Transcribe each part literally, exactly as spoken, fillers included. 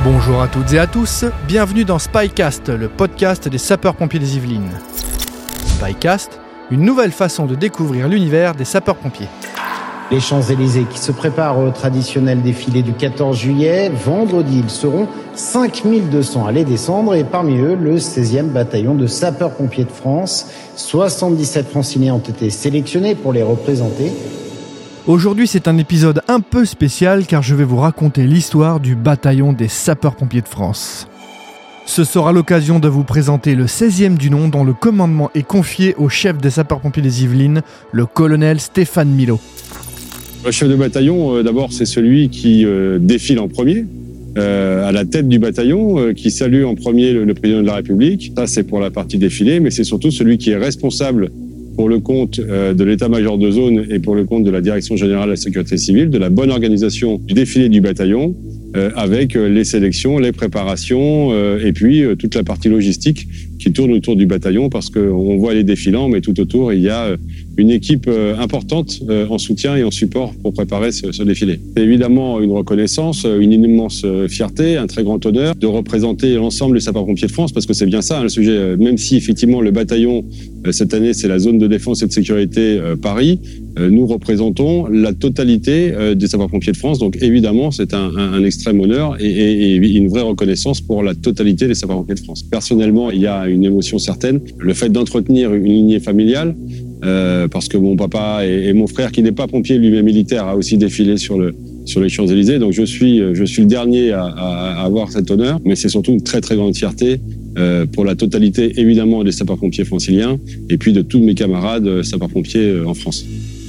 Bonjour à toutes et à tous, bienvenue dans Spycast, le podcast des sapeurs-pompiers des Yvelines. Spycast, une nouvelle façon de découvrir l'univers des sapeurs-pompiers. Les Champs-Élysées qui se préparent au traditionnel défilé du quatorze juillet. Vendredi, ils seront cinq mille deux cents à les descendre et parmi eux, le seizième bataillon de sapeurs-pompiers de France. soixante-dix-sept Franciliens ont été sélectionnés pour les représenter. Aujourd'hui, c'est un épisode un peu spécial car je vais vous raconter l'histoire du bataillon des sapeurs-pompiers de France. Ce sera l'occasion de vous présenter le seizième du nom dont le commandement est confié au chef des sapeurs-pompiers des Yvelines, le colonel Stéphane Milot. Le chef de bataillon, euh, d'abord, c'est celui qui euh, défile en premier, euh, à la tête du bataillon, euh, qui salue en premier le, le président de la République. Ça, c'est pour la partie défilé, mais c'est surtout celui qui est responsable pour le compte euh, de l'état-major de zone et pour le compte de la direction générale de la sécurité civile, de la bonne organisation du défilé du bataillon, euh, avec euh, les sélections, les préparations, euh, et puis euh, toute la partie logistique qui tourne autour du bataillon, parce qu'on voit les défilants, mais tout autour, il y a euh, une équipe euh, importante euh, en soutien et en support pour préparer ce, ce défilé. C'est évidemment une reconnaissance, une immense fierté, un très grand honneur de représenter l'ensemble des sapeurs-pompiers de France, parce que c'est bien ça, hein, le sujet. Même si effectivement le bataillon, euh, cette année, c'est la zone de défense et de sécurité euh, Paris, euh, nous représentons la totalité euh, des sapeurs-pompiers de France. Donc évidemment, c'est un, un, un extrême honneur et, et, et une vraie reconnaissance pour la totalité des sapeurs-pompiers de France. Personnellement, il y a une émotion certaine. Le fait d'entretenir une lignée familiale, Euh, parce que mon papa et, et mon frère, qui n'est pas pompier, lui-même militaire, a aussi défilé sur, le, sur les Champs-Élysées. Donc je suis, je suis le dernier à, à, à avoir cet honneur, mais c'est surtout une très très grande fierté euh, pour la totalité évidemment des sapeurs-pompiers franciliens et puis de tous mes camarades sapeurs-pompiers en France.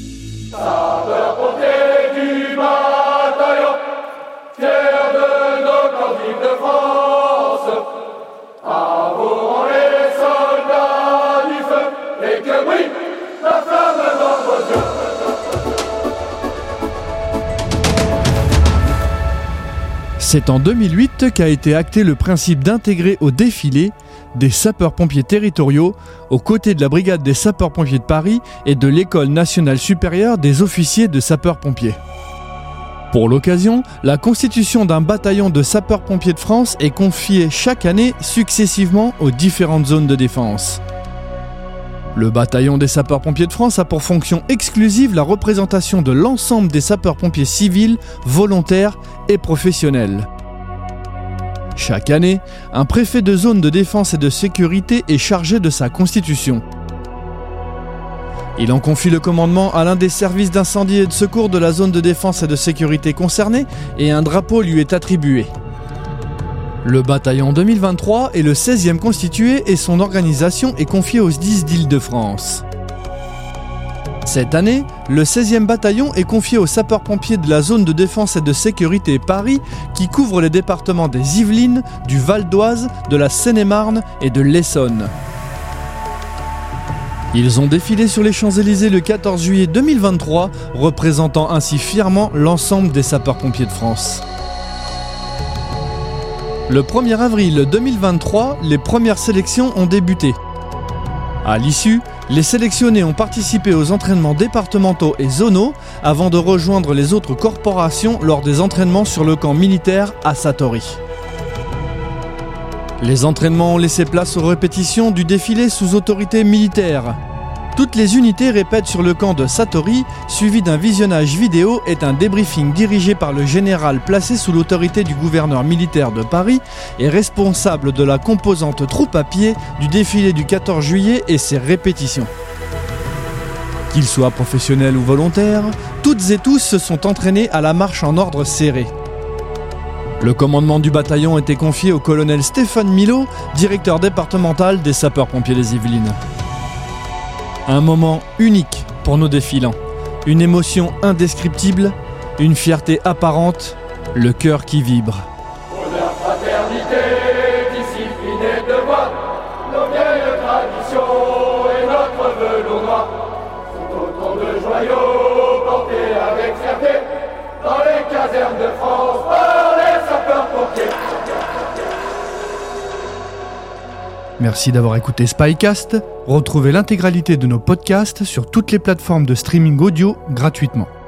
Sapeurs-pompiers du bataillon, fiers de nos cantines de France, à vos rangs les soldats du feu, et que brille la flamme dans vos yeux. C'est en deux mille huit qu'a été acté le principe d'intégrer au défilé des sapeurs-pompiers territoriaux aux côtés de la brigade des sapeurs-pompiers de Paris et de l'École nationale supérieure des officiers de sapeurs-pompiers. Pour l'occasion, la constitution d'un bataillon de sapeurs-pompiers de France est confiée chaque année successivement aux différentes zones de défense. Le bataillon des sapeurs-pompiers de France a pour fonction exclusive la représentation de l'ensemble des sapeurs-pompiers civils, volontaires et professionnels. Chaque année, un préfet de zone de défense et de sécurité est chargé de sa constitution. Il en confie le commandement à l'un des services d'incendie et de secours de la zone de défense et de sécurité concernée et un drapeau lui est attribué. Le bataillon deux mille vingt-trois est le seizième constitué et son organisation est confiée aux S D I S d'Île-de-France. Cette année, le seizième bataillon est confié aux sapeurs-pompiers de la zone de défense et de sécurité Paris qui couvre les départements des Yvelines, du Val d'Oise, de la Seine-et-Marne et de l'Essonne. Ils ont défilé sur les Champs-Élysées le quatorze juillet deux mille vingt-trois, représentant ainsi fièrement l'ensemble des sapeurs-pompiers de France. Le premier avril deux mille vingt-trois, les premières sélections ont débuté. À l'issue, les sélectionnés ont participé aux entraînements départementaux et zonaux avant de rejoindre les autres corporations lors des entraînements sur le camp militaire à Satory. Les entraînements ont laissé place aux répétitions du défilé sous autorité militaire. Toutes les unités répètent sur le camp de Satory, suivi d'un visionnage vidéo et d'un débriefing dirigé par le général placé sous l'autorité du gouverneur militaire de Paris et responsable de la composante troupe à pied du défilé du quatorze juillet et ses répétitions. Qu'ils soient professionnels ou volontaires, toutes et tous se sont entraînés à la marche en ordre serré. Le commandement du bataillon était confié au colonel Stéphane Milot, directeur départemental des sapeurs-pompiers des Yvelines. Un moment unique pour nos défilants, une émotion indescriptible, une fierté apparente, le cœur qui vibre. Honneur, fraternité, discipline et devoir, nos vieilles traditions et notre velours noir sont autant de joyaux portés avec fierté dans les casernes de France par les sapeurs-pompiers. Merci d'avoir écouté Spycast. Retrouvez l'intégralité de nos podcasts sur toutes les plateformes de streaming audio gratuitement.